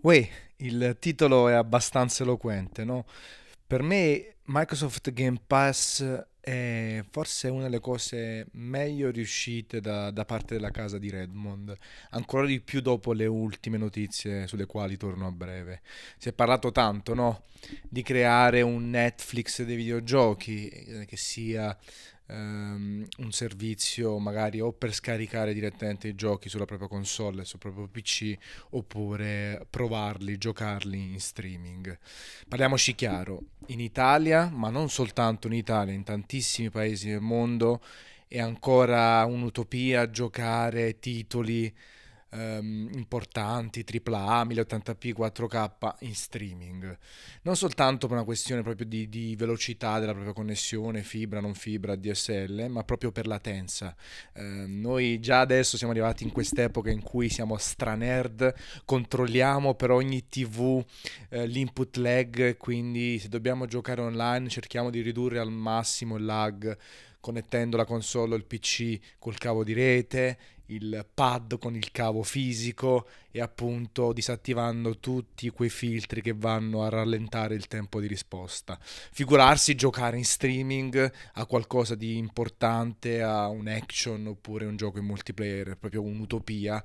Uè, il titolo è abbastanza eloquente, no? Per me Microsoft Game Pass è forse una delle cose meglio riuscite da parte della casa di Redmond, ancora di più dopo le ultime notizie sulle quali torno a breve. Si è parlato tanto, no? Di creare un Netflix dei videogiochi, che sia un servizio magari o per scaricare direttamente i giochi sulla propria console, sul proprio PC, oppure provarli, giocarli in streaming. Parliamoci chiaro, in Italia, ma non soltanto in Italia, in tantissimi paesi del mondo è ancora un'utopia giocare titoli importanti, AAA, 1080p, 4K in streaming. Non soltanto per una questione proprio di velocità della propria connessione, fibra, non fibra, DSL, ma proprio per latenza. Noi già adesso siamo arrivati in quest'epoca in cui siamo stranerd, controlliamo per ogni TV l'input lag, quindi se dobbiamo giocare online cerchiamo di ridurre al massimo il lag connettendo la console o il PC col cavo di rete, il pad con il cavo fisico e appunto disattivando tutti quei filtri che vanno a rallentare il tempo di risposta. Figurarsi giocare in streaming a qualcosa di importante, a un action oppure un gioco in multiplayer, è proprio un'utopia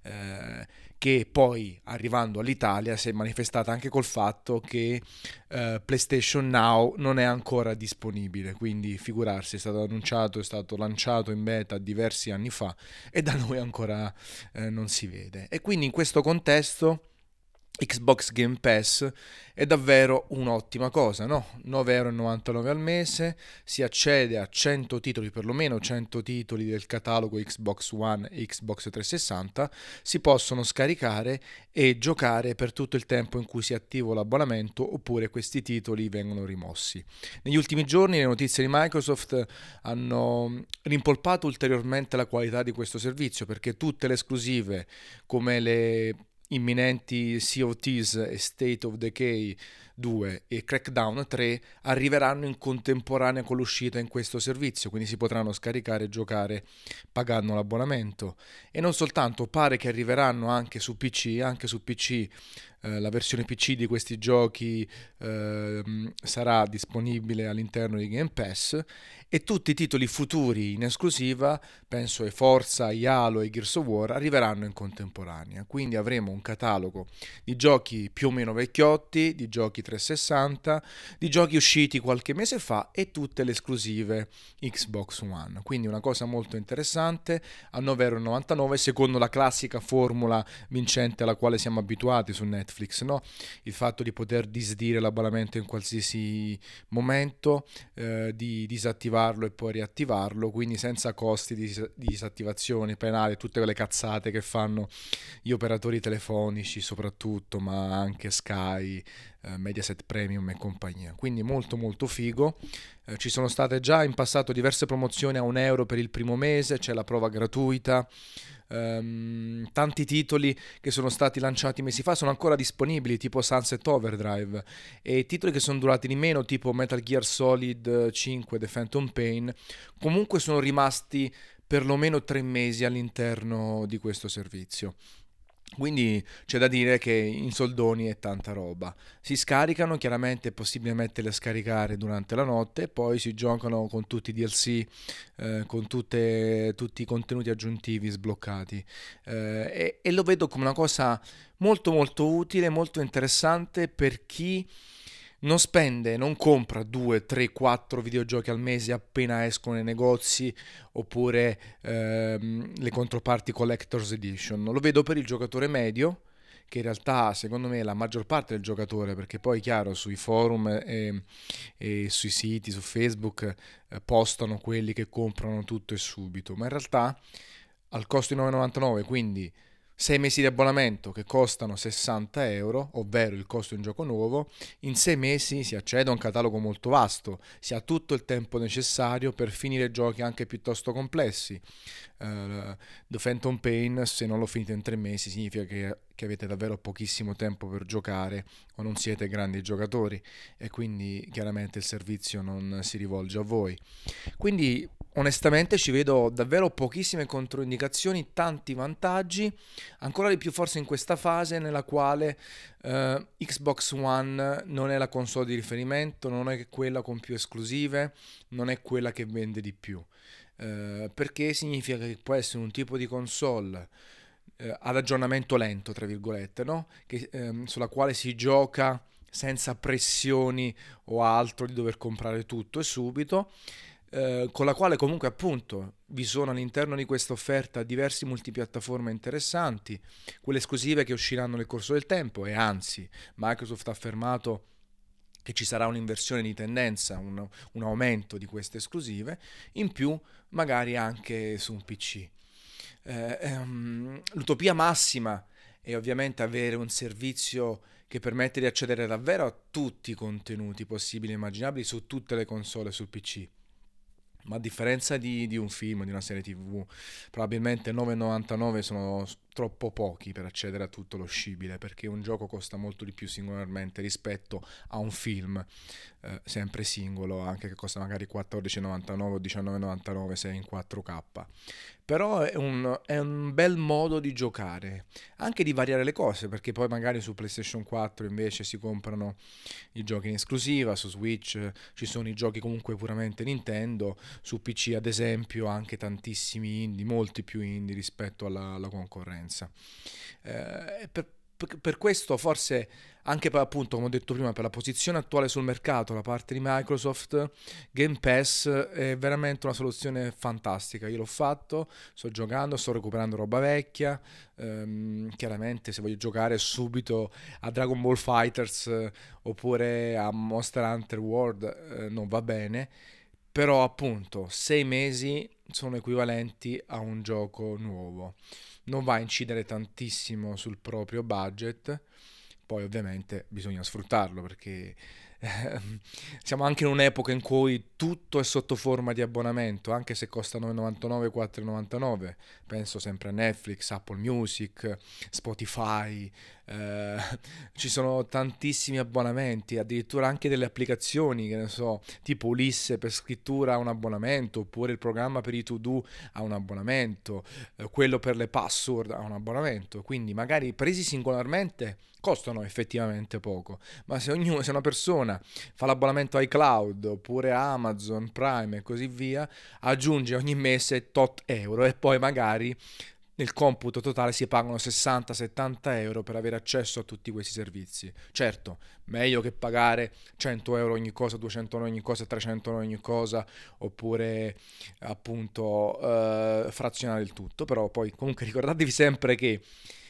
che poi arrivando all'Italia si è manifestata anche col fatto che PlayStation Now non è ancora disponibile, quindi figurarsi, è stato annunciato, è stato lanciato in beta diversi anni fa e da noi ancora non si vede. E quindi in questo contesto Xbox Game Pass è davvero un'ottima cosa, no? 9,99 € al mese, si accede a 100 titoli, perlomeno 100 titoli del catalogo Xbox One e Xbox 360, si possono scaricare e giocare per tutto il tempo in cui si attiva l'abbonamento oppure questi titoli vengono rimossi. Negli ultimi giorni le notizie di Microsoft hanno rimpolpato ulteriormente la qualità di questo servizio perché tutte le esclusive come le imminenti Sea of Thieves e State of Decay 2 e Crackdown 3 arriveranno in contemporanea con l'uscita in questo servizio, quindi si potranno scaricare e giocare pagando l'abbonamento. E non soltanto, pare che arriveranno anche su PC la versione PC di questi giochi sarà disponibile all'interno di Game Pass e tutti i titoli futuri in esclusiva, penso ai Forza, ai Halo e ai Gears of War, arriveranno in contemporanea. Quindi avremo un catalogo di giochi più o meno vecchiotti, di giochi 360, di giochi usciti qualche mese fa e tutte le esclusive Xbox One. Quindi una cosa molto interessante a 9,99 € secondo la classica formula vincente alla quale siamo abituati su Netflix, no? Il fatto di poter disdire l'abbonamento in qualsiasi momento, di disattivarlo e poi riattivarlo, quindi senza costi di disattivazione, penali, tutte quelle cazzate che fanno gli operatori telefonici soprattutto, ma anche Sky, Mediaset Premium e compagnia. Quindi molto molto figo. Ci sono state già in passato diverse promozioni a 1 € per il primo mese, c'è la prova gratuita. Tanti titoli che sono stati lanciati mesi fa sono ancora disponibili, tipo Sunset Overdrive, e titoli che sono durati di meno, tipo Metal Gear Solid 5 The Phantom Pain, comunque sono rimasti perlomeno 3 mesi all'interno di questo servizio. Quindi c'è da dire che in soldoni è tanta roba. Si scaricano, chiaramente è possibile metterle a scaricare durante la notte, poi si giocano con tutti i DLC, con tutti i contenuti aggiuntivi sbloccati. E lo vedo come una cosa molto molto utile, molto interessante per chi non spende, non compra 2, 3, 4 videogiochi al mese appena escono nei negozi oppure le controparti Collector's Edition. Lo vedo per il giocatore medio, che in realtà secondo me è la maggior parte del giocatore, perché poi chiaro sui forum e sui siti, su Facebook postano quelli che comprano tutto e subito, ma in realtà al costo di 9,99, quindi 6 mesi di abbonamento che costano 60 €, ovvero il costo di un gioco nuovo, in 6 mesi si accede a un catalogo molto vasto, si ha tutto il tempo necessario per finire giochi anche piuttosto complessi. The Phantom Pain, se non lo finite in 3 mesi, significa che avete davvero pochissimo tempo per giocare o non siete grandi giocatori e quindi chiaramente il servizio non si rivolge a voi. Quindi Onestamente ci vedo davvero pochissime controindicazioni, tanti vantaggi, ancora di più forse in questa fase nella quale Xbox One non è la console di riferimento, non è quella con più esclusive, non è quella che vende di più. Perché significa che può essere un tipo di console ad aggiornamento lento, tra virgolette, no? Sulla quale si gioca senza pressioni o altro di dover comprare tutto e subito, con la quale comunque appunto vi sono all'interno di questa offerta diversi multipiattaforme interessanti, quelle esclusive che usciranno nel corso del tempo e anzi Microsoft ha affermato che ci sarà un'inversione di tendenza, un aumento di queste esclusive, in più magari anche su un PC. L'utopia massima è ovviamente avere un servizio che permette di accedere davvero a tutti i contenuti possibili e immaginabili su tutte le console sul PC. Ma a differenza di un film, di una serie TV, probabilmente 9,99 sono troppo pochi per accedere a tutto lo scibile, perché un gioco costa molto di più singolarmente rispetto a un film, sempre singolo, anche che costa magari 14,99 o 19,99 se è in 4K. Però è un bel modo di giocare, anche di variare le cose, perché poi magari su PlayStation 4 invece si comprano i giochi in esclusiva, su Switch ci sono i giochi comunque puramente Nintendo, su PC ad esempio anche tantissimi indie, molti più indie rispetto alla concorrenza. Per questo forse anche per, appunto come ho detto prima per la posizione attuale sul mercato da parte di Microsoft, Game Pass è veramente una soluzione fantastica. Io l'ho fatto, sto giocando, sto recuperando roba vecchia. Chiaramente se voglio giocare subito a Dragon Ball Fighters oppure a Monster Hunter World non va bene, però appunto 6 mesi sono equivalenti a un gioco nuovo. Non va a incidere tantissimo sul proprio budget, poi ovviamente bisogna sfruttarlo perché siamo anche in un'epoca in cui tutto è sotto forma di abbonamento, anche se costa 9,99, 4,99. Penso sempre a Netflix, Apple Music, Spotify, eh, ci sono tantissimi abbonamenti, addirittura anche delle applicazioni, che ne so, tipo Ulisse per scrittura ha un abbonamento, oppure il programma per i to-do ha un abbonamento, quello per le password ha un abbonamento, quindi magari presi singolarmente costano effettivamente poco, ma se una persona fa l'abbonamento iCloud oppure Amazon Prime e così via, aggiunge ogni mese tot euro e poi magari nel computo totale si pagano 60-70 euro per avere accesso a tutti questi servizi. Certo, meglio che pagare 100 euro ogni cosa, 200 euro ogni cosa, 300 euro ogni cosa, oppure appunto frazionare il tutto, però poi comunque ricordatevi sempre che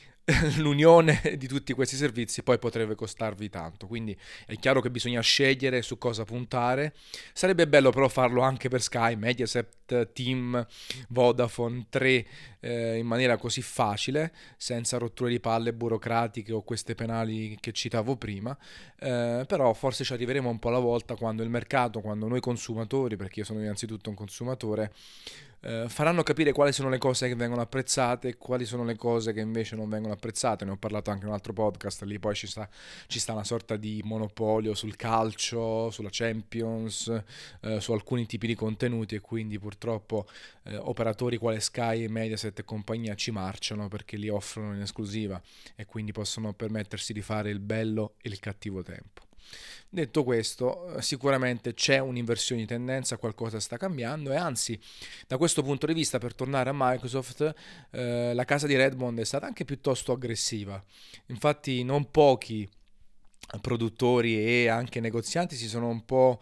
l'unione di tutti questi servizi poi potrebbe costarvi tanto, quindi è chiaro che bisogna scegliere su cosa puntare. Sarebbe bello però farlo anche per Sky, Mediaset, Team, Vodafone 3 in maniera così facile, senza rotture di palle burocratiche o queste penali che citavo prima. Però forse ci arriveremo un po' alla volta quando il mercato, quando noi consumatori, perché io sono innanzitutto un consumatore, faranno capire quali sono le cose che vengono apprezzate e quali sono le cose che invece non vengono apprezzate. Ne ho parlato anche in un altro podcast, lì poi ci sta una sorta di monopolio sul calcio, sulla Champions, su alcuni tipi di contenuti e quindi purtroppo operatori quali Sky, Mediaset e compagnia ci marciano perché li offrono in esclusiva e quindi possono permettersi di fare il bello e il cattivo tempo. Detto questo, sicuramente c'è un'inversione di tendenza, qualcosa sta cambiando e anzi, da questo punto di vista, per tornare a Microsoft, la casa di Redmond è stata anche piuttosto aggressiva. Infatti, non pochi produttori e anche negozianti si sono un po'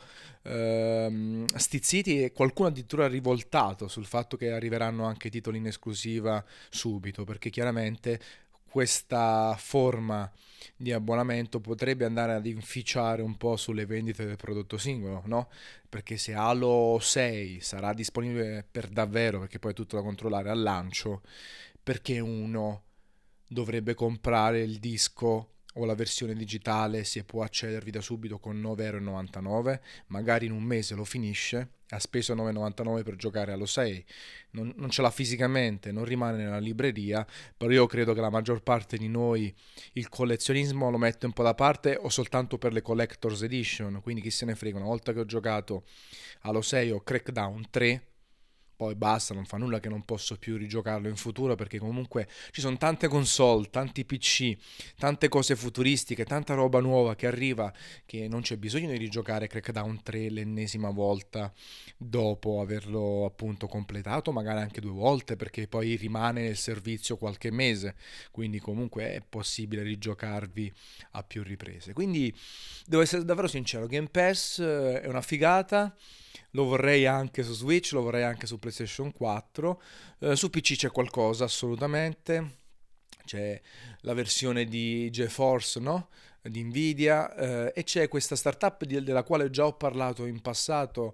stizziti e qualcuno addirittura rivoltato sul fatto che arriveranno anche titoli in esclusiva subito, perché chiaramente questa forma di abbonamento potrebbe andare ad inficiare un po' sulle vendite del prodotto singolo, no? Perché se Halo 6 sarà disponibile per davvero, perché poi è tutto da controllare al lancio, perché uno dovrebbe comprare il disco o la versione digitale se può accedervi da subito con 9,99 €, magari in un mese lo finisce, ha speso 9,99 € per giocare allo 6, non ce l'ha fisicamente, non rimane nella libreria, però io credo che la maggior parte di noi il collezionismo lo mette un po' da parte o soltanto per le collector's edition, quindi chi se ne frega, una volta che ho giocato allo 6 o Crackdown 3, poi basta, non fa nulla che non posso più rigiocarlo in futuro, perché comunque ci sono tante console, tanti PC, tante cose futuristiche, tanta roba nuova che arriva, che non c'è bisogno di rigiocare Crackdown 3 l'ennesima volta dopo averlo appunto completato, magari anche due volte, perché poi rimane nel servizio qualche mese, quindi comunque è possibile rigiocarvi a più riprese. Quindi devo essere davvero sincero, Game Pass è una figata, lo vorrei anche su Switch, lo vorrei anche su PlayStation 4, su PC c'è qualcosa assolutamente, c'è la versione di GeForce, no? Di Nvidia, e c'è questa startup della quale già ho parlato in passato,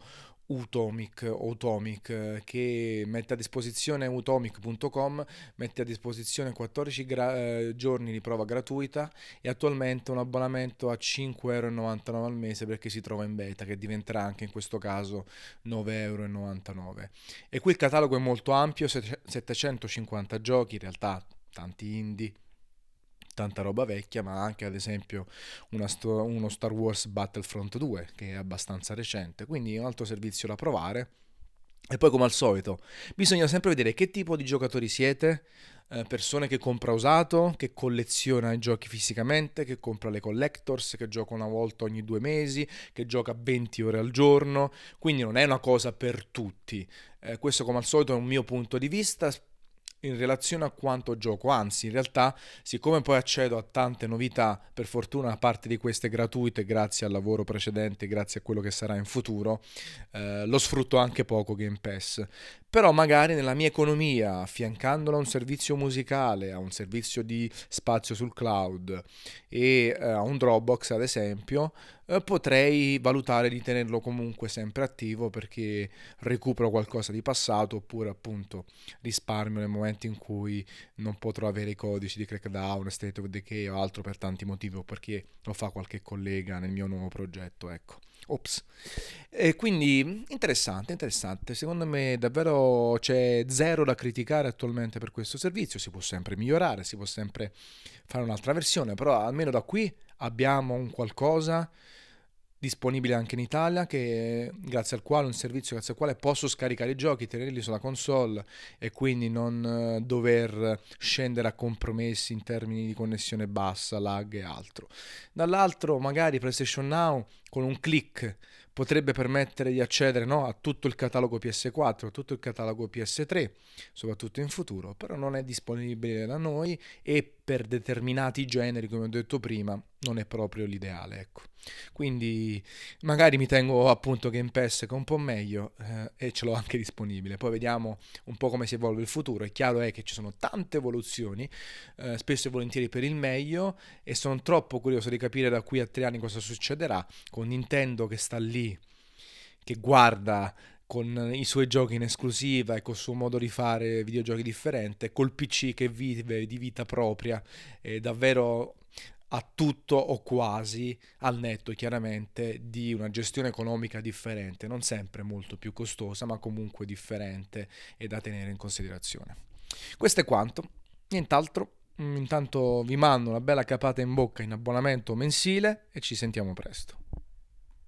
Utomic, che mette a disposizione utomic.com, mette a disposizione 14 giorni di prova gratuita e attualmente un abbonamento a 5,99 € al mese, perché si trova in beta, che diventerà anche in questo caso 9,99 €. E qui il catalogo è molto ampio, 750 giochi, in realtà tanti indie, tanta roba vecchia, ma anche ad esempio uno Star Wars Battlefront 2 che è abbastanza recente, quindi è un altro servizio da provare. E poi come al solito bisogna sempre vedere che tipo di giocatori siete, persone che compra usato, che colleziona i giochi fisicamente, che compra le collectors, che gioca una volta ogni 2 mesi, che gioca 20 ore al giorno, quindi non è una cosa per tutti. Questo come al solito è un mio punto di vista in relazione a quanto gioco, anzi in realtà siccome poi accedo a tante novità, per fortuna una parte di queste gratuite grazie al lavoro precedente, grazie a quello che sarà in futuro, lo sfrutto anche poco Game Pass. Però magari nella mia economia, affiancandolo a un servizio musicale, a un servizio di spazio sul cloud e a un Dropbox ad esempio, potrei valutare di tenerlo comunque sempre attivo, perché recupero qualcosa di passato, oppure appunto risparmio nel momento in cui non potrò avere i codici di Crackdown, State of Decay o altro per tanti motivi, o perché lo fa qualche collega nel mio nuovo progetto, ecco. Ops. E quindi interessante, interessante. Secondo me davvero c'è zero da criticare attualmente per questo servizio. Si può sempre migliorare, si può sempre fare un'altra versione, però almeno da qui abbiamo un qualcosa disponibile anche in Italia, che grazie al quale un servizio grazie al quale posso scaricare i giochi, tenerli sulla console e quindi non dover scendere a compromessi in termini di connessione bassa, lag e altro. Dall'altro magari PlayStation Now con un click potrebbe permettere di accedere, no, a tutto il catalogo PS4, a tutto il catalogo PS3, soprattutto in futuro, però non è disponibile da noi e per determinati generi, come ho detto prima, non è proprio l'ideale, ecco. Quindi magari mi tengo appunto Game Pass che è un po' meglio, e ce l'ho anche disponibile. Poi vediamo un po' come si evolve il futuro. È chiaro è che ci sono tante evoluzioni, spesso e volentieri per il meglio, e sono troppo curioso di capire da qui a 3 anni cosa succederà con Nintendo che sta lì, che guarda con i suoi giochi in esclusiva e col suo modo di fare videogiochi differente, col PC che vive di vita propria, e davvero a tutto o quasi, al netto chiaramente di una gestione economica differente, non sempre molto più costosa, ma comunque differente e da tenere in considerazione. Questo è quanto, nient'altro. Intanto vi mando una bella capata in bocca in abbonamento mensile e ci sentiamo presto.